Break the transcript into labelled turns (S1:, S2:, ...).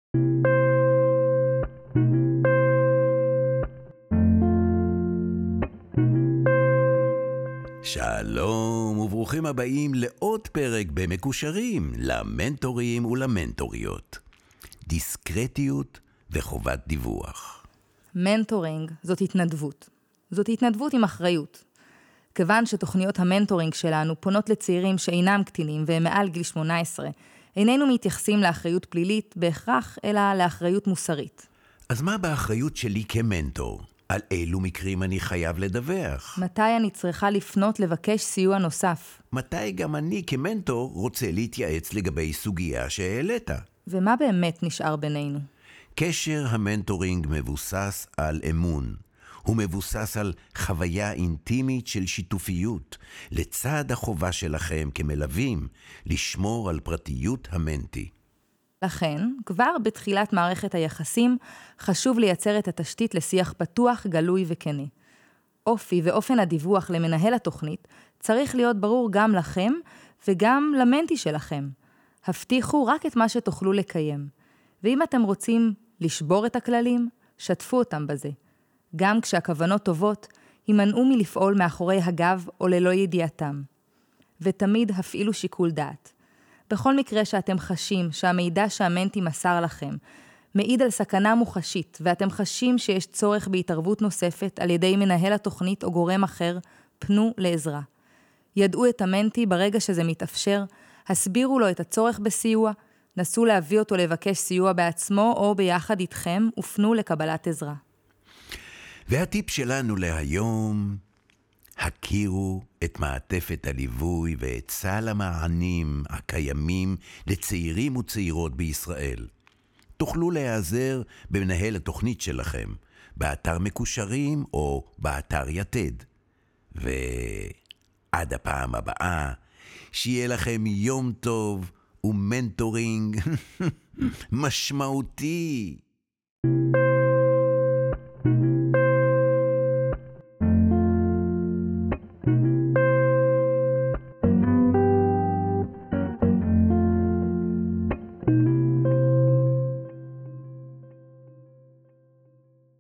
S1: שלום וברוכים הבאים לעוד פרק במקושרים למנטורים ולמנטוריות. דיסקרטיות וחובת דיווח.
S2: מנטורינג זאת התנדבות. זאת התנדבות עם אחריות. כיוון שתוכניות המנטורינג שלנו פונות לצעירים שאינם קטינים והם מעל גיל 18, איננו מתייחסים לאחריות פלילית בהכרח, אלא לאחריות מוסרית.
S1: אז מה באחריות שלי כמנטור? על אילו מקרים אני חייב לדווח?
S2: מתי אני צריכה לפנות לבקש סיוע נוסף?
S1: מתי גם אני כמנטור רוצה להתייעץ לגבי סוגיה שהעלית?
S2: ומה באמת נשאר בינינו?
S1: קשר המנטורינג מבוסס על אמון. הוא מבוסס על חוויה אינטימית של שיתופיות, לצד החובה שלכם כמלווים לשמור על פרטיות המנטי.
S2: לכן, כבר בתחילת מערכת היחסים, חשוב לייצר את התשתית לשיח פתוח, גלוי וכנה. אופי ואופן הדיווח למנהל התוכנית צריך להיות ברור גם לכם וגם למנטי שלכם. הבטיחו רק את מה שתוכלו לקיים. ואם אתם רוצים לשבור את הכללים, שתפו אותם בזה. גם כשהכוונות טובות, הימנעו מלפעול מאחורי הגב או ללא ידיעתם. ותמיד הפעילו שיקול דעת. בכל מקרה שאתם חשים שהמידע שהמנטי מסר לכם מעיד על סכנה מוחשית, ואתם חשים שיש צורך בהתערבות נוספת על ידי מנהל התוכנית או גורם אחר, פנו לעזרה. ידעו את המנטי ברגע שזה מתאפשר, הסבירו לו את הצורך בסיוע, נסו להביא אותו לבקש סיוע בעצמו או ביחד איתכם, ופנו לקבלת עזרה.
S1: והטיפ שלנו להיום, הכירו את מעטפת הליווי ואת סל המענים הקיימים לצעירים וצעירות בישראל. תוכלו להיעזר במנהל התוכנית שלכם, באתר מקושרים או באתר יתד. ועד הפעם הבאה, שיהיה לכם יום טוב ומנטורינג משמעותי.